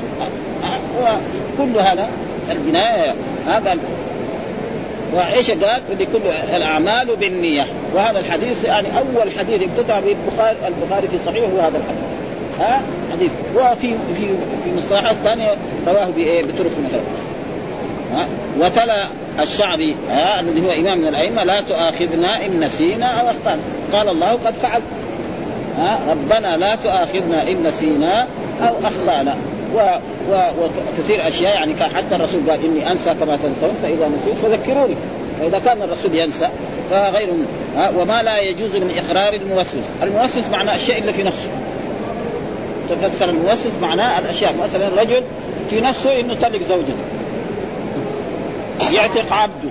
كل هذا الجنايه. هذا وإيش قال لكل الأعمال بالنية. وهذا الحديث يعني أول حديث ابتدع به البخاري في صحيح هو هذا الحديث. حديث وفي مصطلحات ثانية رواه بطرق مثلا. وتلا الشعبي الذي هو إمام من الأئمة لا تؤاخذنا إن نسينا أو أخطأنا، قال الله قد فعل. ربنا لا تؤاخذنا إن نسينا أو أخطأنا. وكثير أشياء يعني حتى الرسول قال إني أنسى كما تنسون فإذا نسيت فذكروني. فإذا كان الرسول ينسى فغير وما لا يجوز من إقرار الموسوس. الموسوس معنى الشيء اللي في نفسه، تفسر الموسوس معناه الأشياء. مثلا رجل في نفسه إنه طلق زوجته، يعتق عبده،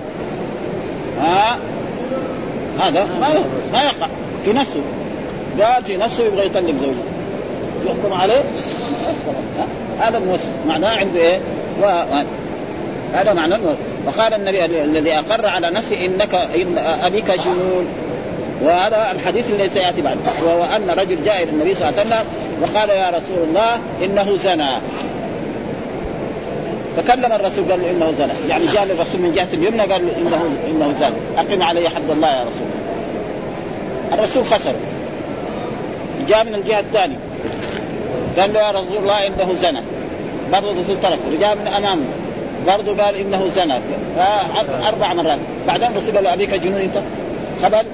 هذا ما يقع في نفسه، قال في نفسه يبغى يطلق زوجته، يحكم عليه هذا الموسوس معناه عنده إيه؟ هذا معنى الموسوس. وقال النبي الذي أقر على نفسه إن أبيك جنون، وهذا الحديث الذي سيأتي بعد، وهو أن رجل جاء إلى النبي صلى الله عليه وسلم وقال يا رسول الله إنه زنى، فكلم الرسول قال له إنه زنى، يعني جاء للرسول من جهة اليمنى قال له إنه زنى، أقم علي حد الله يا رسول. الرسول خسر. جاء من الجهة الثانية قال له يا رسول الله إنه زنى، برضو الرسول تركه. رجع من أمامه برضو قال إنه زنى 4 مرات. بعدين الرسول قال له أبيك جنون أنت خبل،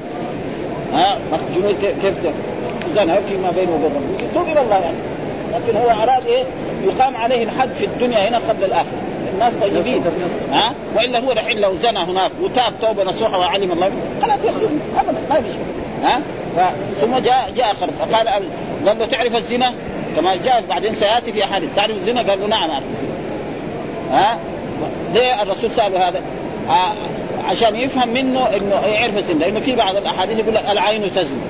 جنون كيف زنى فيما بينه وبين ربه، توب إلى الله يعني. لكن هو أراد إيه؟ يقام عليه الحد في الدنيا هنا قبل الآخرة. الناس طيبين، وإلا هو دحين لو زنى هناك وتاب توبة نصوحة وعلم الله خلاص يخرج أبدا ما يمشي. ثم جاء آخر فقال قال له تعرف الزنا كما جاء بعدين سيأتي في أحاديث، تعرف الزنا؟ قال له نعم أعرف الزنا. ليه الرسول سأله هذا؟ عشان يفهم منه إنه يعرف الزنا، لأنه في بعض الأحاديث يقول العين تزني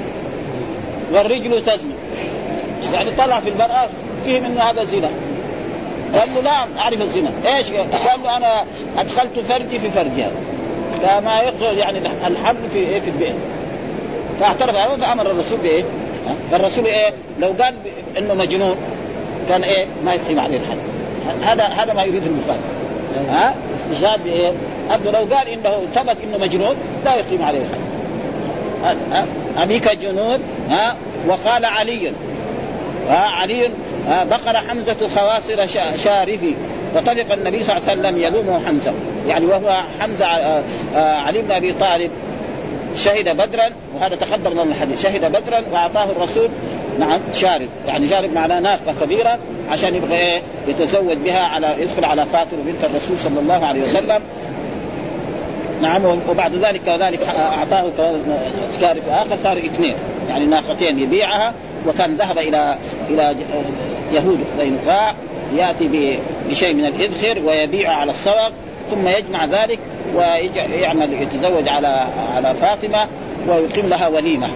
والرجل تزني، يعني طلع في المرأة فيه منه هذا زنا. قال له نعم أعرف الزنا. إيش؟ قال له أنا أدخلت فرجي في فرجها كما يقول يعني الحبل في البئر. فاعترف هذا فأمر الرسول بإيه؟ فالرسول إيه؟ لو قال إنه مجنون كان إيه؟ ما يقيم عليه الحد. هذا ما يريد المفاد. استشهاد بإيه؟ لو قال إنه ثبت إنه مجنون لا يقيم عليه الحد. أبيك جنون. وقال علي علي بقر حمزة خواصر شارفي، فطلق النبي صلى الله عليه وسلم يلومه حمزة، يعني وهو حمزة علي بن أبي طالب شهد بدرا، وهذا تقدم لنا الحديث، شهد بدرا وأعطاه الرسول نعم شارف، يعني شارف معناه ناقة كبيرة عشان يبغى إيه؟ يتزوج بها يدخل على فاطمة بنت الرسول صلى الله عليه وسلم. نعم. وبعد ذلك كذلك أعطاه شارف آخر، صار 2 يعني ناقتين يبيعها، وكان ذهب إلى يهود قينقاع يأتي بشيء من الإذخر ويبيع على السوق، ثم يجمع ذلك ويعمل يتزوج على فاطمة ويقيم لها وليمة.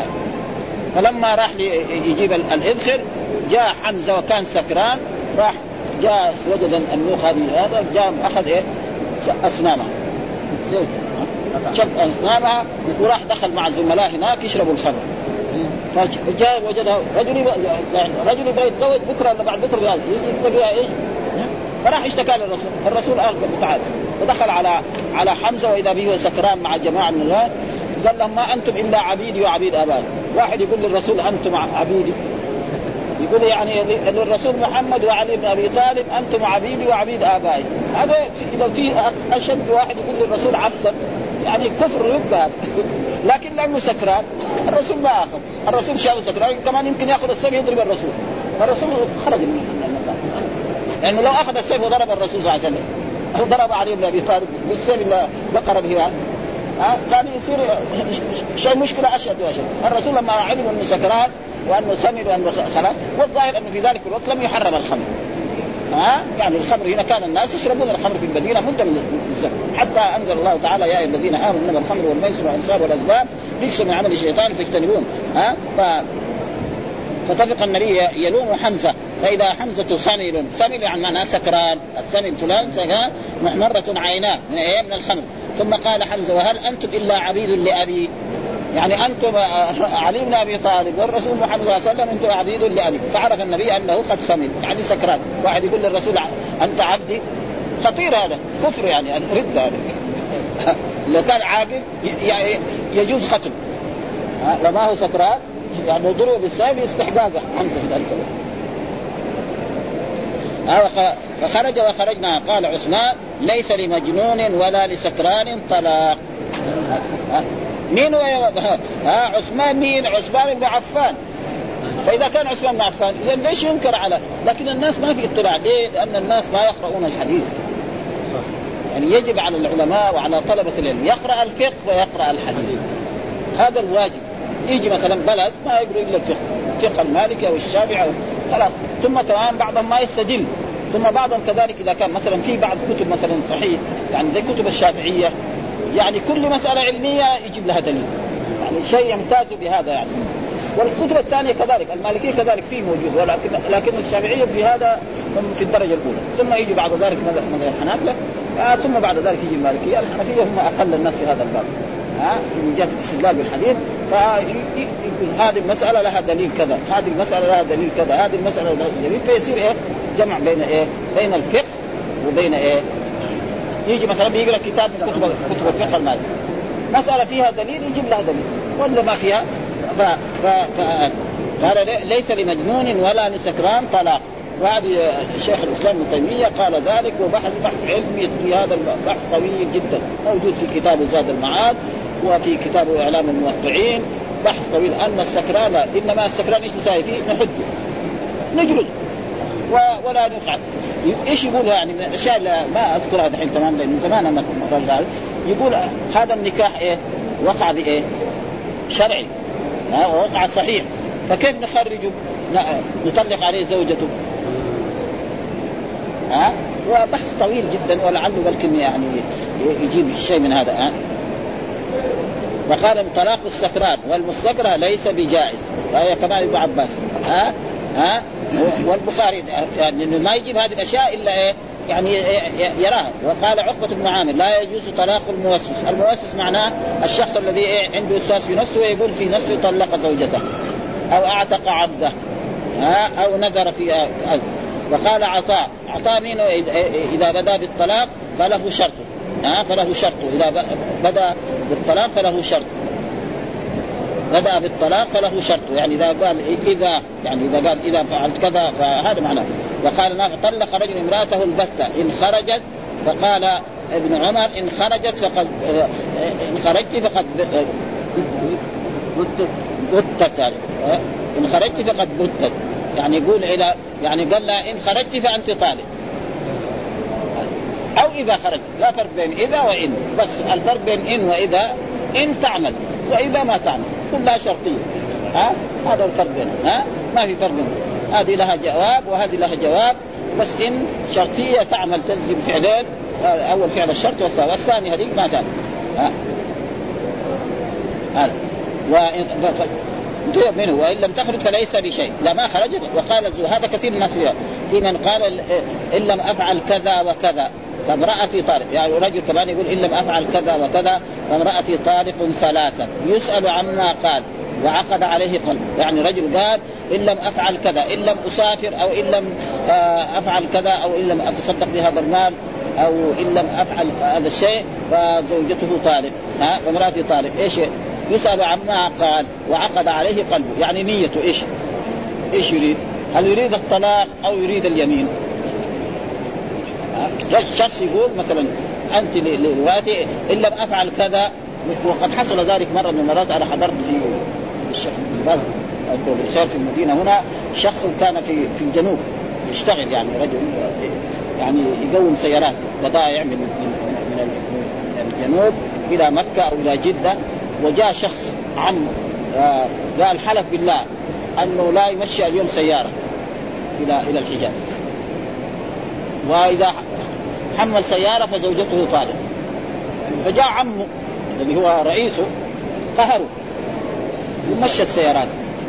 فلما راح يجيب الإذخر جاء حمزة وكان سكران، راح جاء وجد النوخ هذا جاء أخذ إيه؟ أسنامها السيف، شق أسنامها وراح دخل مع الزملاء هناك يشربوا الخمر. فجاء وجد رجل يبغى يتزوج بكرة ولا بعد بكرة يجي إيش؟ فراح اشتكى للرسول، الرسول أخبر تعالى ودخل على حمزة وإذا به سكران مع جماعة من الله، قال لهم ما أنتم إلا عبيدي وعبيد آبائي. واحد يقول للرسول أنتم عبيدي، يقول يعني للرسول محمد وعلي بن أبي طالب أنتم عبيدي وعبيد آبائي. هذا إذا في أشد واحد يقول للرسول عبدا يعني كفر يبقى. لكن لأنه سكران الرسول ما أخذ، الرسول شاف سكران كمان يمكن يأخذ السيف يضرب الرسول، فالرسول خرج من المكان. لأنه لو أخذ السيف وضرب الرسول صلى الله عليه وسلم أو ضرب علي بن أبي طالب بالسيف اللي بقر به كان يصير شيء مشكلة أشد وأشد. الرسول لما علم أنه سكران وأنه سمل وأنه خلاص، والظاهر أنه في ذلك الوقت لم يحرم الخمر. يعني الخمر هنا كان الناس يشربون الخمر في المدينة مدة من الزمن، حتى أنزل الله تعالى يا أيها الذين آمنوا إنما الخمر والميسر والأنصاب والأزلام رجس من عمل الشيطان فاجتنبوه. فطفق النبي يلوم حمزة، فإذا حمزة سمل يعني معناه سكران، السمل فلان سكران محمرة عيناه من الخمر. ثم قال حمزة وهل أنتم إلا عبيد لأبي، يعني أنتم علي بن أبي طالب والرسول محمد صلى الله عليه وسلم أنتم عبيد لأبي. فعرف النبي أنه قد سمل يعني سكران. واحد يقول للرسول أنت عبدي، خطير هذا كفر يعني رد هذا. لو كان عاقل يجوز قتل، لما هو سكران يعني ضربه بالسيف استحقاقه حمزة. فخرج وخرجنا. قال عثمان ليس لمجنون ولا لسكران طلاق. مين هو عثمان؟ مين؟ عثمان بن عفان. فإذا كان عثمان بن عفان إذا ليش ينكر على؟ لكن الناس ما في اطلاع. ليه؟ لأن الناس ما يقرؤون الحديث. يعني يجب على العلماء وعلى طلبة العلم يقرأ الفقه ويقرأ الحديث، هذا الواجب. يجي مثلا بلد ما يقرأ إلا الفقه المالكي أو الشافعي خلاص. ثم كمان بعضهم ما يستدل، ثم بعضهم كذلك إذا كان مثلا في بعض كتب مثلا صحيح يعني زي كتب الشافعية يعني كل مسألة علمية يجيب لها دليل، يعني شيء يمتاز بهذا يعني. والكتب الثانية كذلك، المالكية كذلك فيه موجود، لكن الشافعية في هذا في الدرجة الأولى. ثم يجي بعد ذلك مذهب الحنابلة، ثم بعد ذلك يجي المالكية. الحنفية هم أقل الناس في هذا الباب في جهة الاستدلال بالحديث. فهذه المسألة لها دليل كذا، هذه المسألة لها دليل كذا، هذه المسألة لها دليل، فيصير جمع بين الفقه وبين يجي مثلا بيقرأ كتاب من كتب الفقه المالكي مسألة فيها دليل يجيب لها دليل، ولا ما فيها قال ليس لمجنون ولا لسكران طلاق. وهذه الشيخ الإسلام ابن تيمية قال ذلك، وبحث علمي في هذا البحث طويل جدا موجود في كتاب زاد المعاد وفي كتاب إعلام الموقعين، بحث طويل أن السكران إنما السكران إيش نساوي فيه؟ نحده نجلد ولا نقعد. إيش يقول يعني من الأشياء اللي ما أذكرها دحين تمام لأن زمان أنا مرة يقول هذا النكاح وقع شرعي ووقع صحيح، فكيف نخرجه نطلق عليه زوجته؟ وبحث طويل جدا ولعله بلكن يعني يجيب شيء من هذا. وقال طلاق السكران والمستكره ليس بجائز، وهي كمان ابن عباس والبخاري يعني ما يجيب هذه الاشياء الا يعني يراها. وقال عقبة بن عامر لا يجوز طلاق الموسوس. الموسوس معناه الشخص الذي عنده وسواس في نفسه ويقول في نفسه طلق زوجته أو أعتق عبده أو نذر في وقال عطاء مين إذا بدأ بالطلاق فله شرط فله شرط، إذا بدأ بالطلاق فله شرط، بدأ بالطلاق فله شرط، يعني إذا قال إذا فعلت كذا فهذا معناه. وقال نافع طلق رجل امرأته البتة إن خرجت، فقال ابن عمر إن خرجت فقد بتت يعني إن خرجت فقد بتت، يعني يقول يعني قال لا إن خرجت فأنت طالق، أو إذا خرجت، لا فرق بين إذا وإن، بس الفرق بين إن وإذا إن تعمل وإذا ما تعمل كلها شرطية. هذا الفرق بينهم، ما في فرق بينهم. هذه لها جواب وهذه لها جواب، بس إن شرطية تعمل تلزم فعلين، أول فعل الشرط والثاني هذيك ما تعمل. وإن منه وإن لم تخرج فليس بشيء، لا ما خرجت. وقال هذا كثير الناس في من قال إن لم أفعل كذا وكذا فامرأتي طالق، يعني رجل كمان يقول إن لم أفعل كذا وكذا فامرأتي طالق ثلاثا، يسأل عما قال وعقد عليه قلب. يعني رجل قال إن لم أفعل كذا، إن لم أسافر، أو إن لم أفعل كذا، أو إن لم أتصدق بهذا المال، أو إن لم أفعل هذا الشيء فزوجته طالق فامرأتي طالق. إيش يسأل عما قال وعقد عليه قلبه، يعني نيته إيش يريد؟ هل يريد الطلاق أو يريد اليمين؟ شخص يقول مثلا أنت لواتي إن لم أفعل كذا، وقد حصل ذلك مرة من المرات. أنا حضرت في الشيخ باز الخير في المدينة هنا، شخص كان في الجنوب يشتغل، يعني رجل يعني يقوم سيارات بضائع من الجنوب إلى مكة أو إلى جدة، وجاء شخص عم قال حلف بالله أنه لا يمشي اليوم سيارة إلى الحجاز، وإذا حمل سيارة فزوجته طالق. فجاء عمه الذي هو رئيسه قهره ومشى السيارات،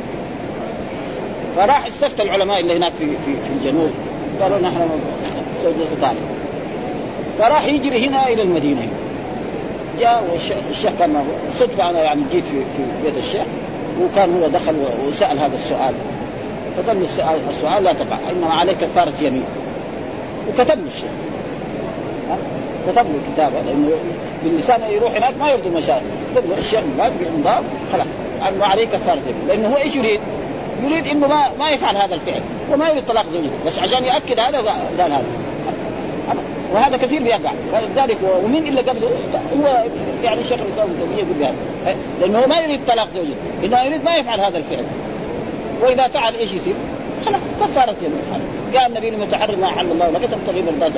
فراح استفتى العلماء اللي هناك في الجنوب، قالوا نحن زوجته طالق. فراح يجري هنا إلى المدينة، جاء والشيخ كان صدفة، أنا يعني جيت في بيت الشيخ وكان هو دخل وسأل هذا السؤال، فقال له السؤال لا تقع، إنما عليك كفارة يمين. وكتب له الشيخ، كتب له كتابه، لأنه باللسان يروح هناك ما يرضي المشايخ، كتب له الشيخ بالإمضاء خلاص أنه عليك كفارة يمين، لأنه هو إيش يريد إنه ما يفعل هذا الفعل وما يريد طلاق زوجته، بس عشان يأكد هذا قال هذا. وهذا كثير بيقع ذلك، ومين إلا قبله هو يعني الشيخ الإسلام ابن تيمية يقول بهذا، لأنه هو ما يريد طلاق زوجته، إنه يريد ما يفعل هذا الفعل، وإذا فعل إيش يصير؟ خلاص كفارة يمين. قال النبي المتحرم ما حل الله لك تقريبا الباجة.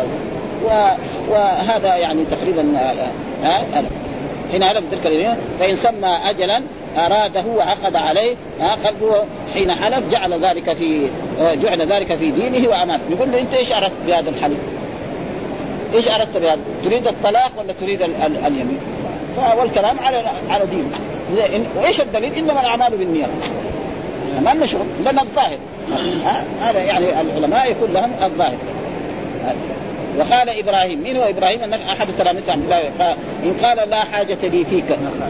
وهذا يعني تقريبا هنا على ذلك الكلمة. فإن سمى أجلا أراده وعقد عليه قلبه حين حلف جعل ذلك في دينه وأمانته. يقول له أنت إيش أردت بهذا الحلف؟ إيش أردت بهذا؟ تريد الطلاق ولا تريد اليمين؟ فالكلام على دين. وإيش الدليل؟ إنما الأعمال بالنيات. ما نشوف لنا الظاهر. هذا يعني العلماء يكون لهم الظاهر. وقال إبراهيم، من هو إبراهيم؟ أحد تلاميذ عبد الله، إن قال لا حاجة لي فيك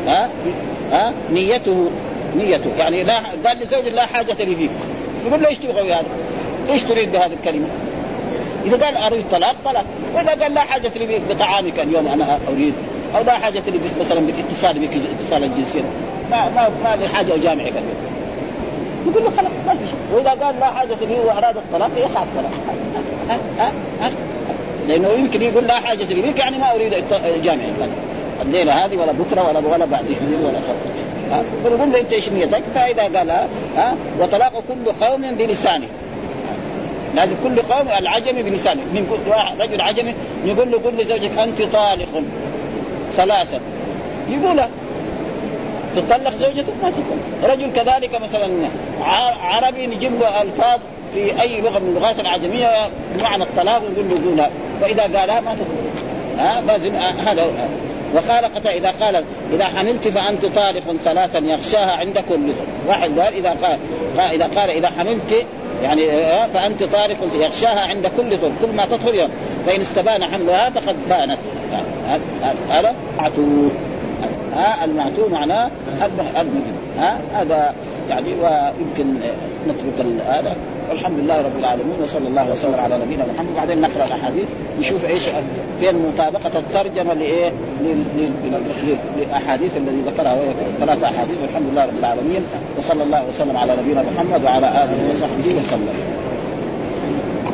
نيته يعني لا، قال لزوج لا حاجة لي فيك، يقول له إيش تبغى هذا؟ إيش تريد بهذه الكلمة؟ إذا قال أريد طلاق طلاق، وإذا قال لا حاجة لي بطعامك اليوم أنا أريد، أو لا حاجة لي مثلا بالاتصال بك اتصال الجنسي، ما لي حاجة أجامعك اليوم، يقول له خلاص ما في شيء. وإذا قال لا حاجة لي وأراد الطلاق يخاف طلاق، لأنه يمكن يقول لا حاجة لي بك يعني ما أريد أجامعك الليلة هذه ولا بكرة ولا بعد شهور ولا خط. فنقول له أنت إيش نيتك؟ فإذا قال وطلاق كل قوم بلسانه، لازم كل قوم العجمي بلسانه. رجل عجمي يقول له قل لزوجك أنت طالق 3، يقولها تطلق زوجته ما تطلق. رجل كذلك مثلا عربي نجيب له ألفاظ في أي لغة من اللغات العجمية بمعنى الطلاق ونقول له قولها، فإذا قالها ما تطلق. لازم هذا. وقال إذا حملت فأنت طالق 3 يغشاها عند كل واحد. قال إذا قال إذا حملت يعني فأنت طارق يغشاها عند كل ما تطهر يوم، فإن استبان حملها فقد بانت. هذا معتوه. المعتوه معناه المجد. هذا يعني. ويمكن نترك هذا، والحمد لله رب العالمين، وصلى الله وسلم على نبينا محمد. وبعدين نقرأ الأحاديث نشوف إيش فين مطابقة الترجمة للأحاديث الذي ذكرها، 3 أحاديث. والحمد لله رب العالمين، وصلى الله وسلم على نبينا محمد وعلى آله وصحبه وسلم.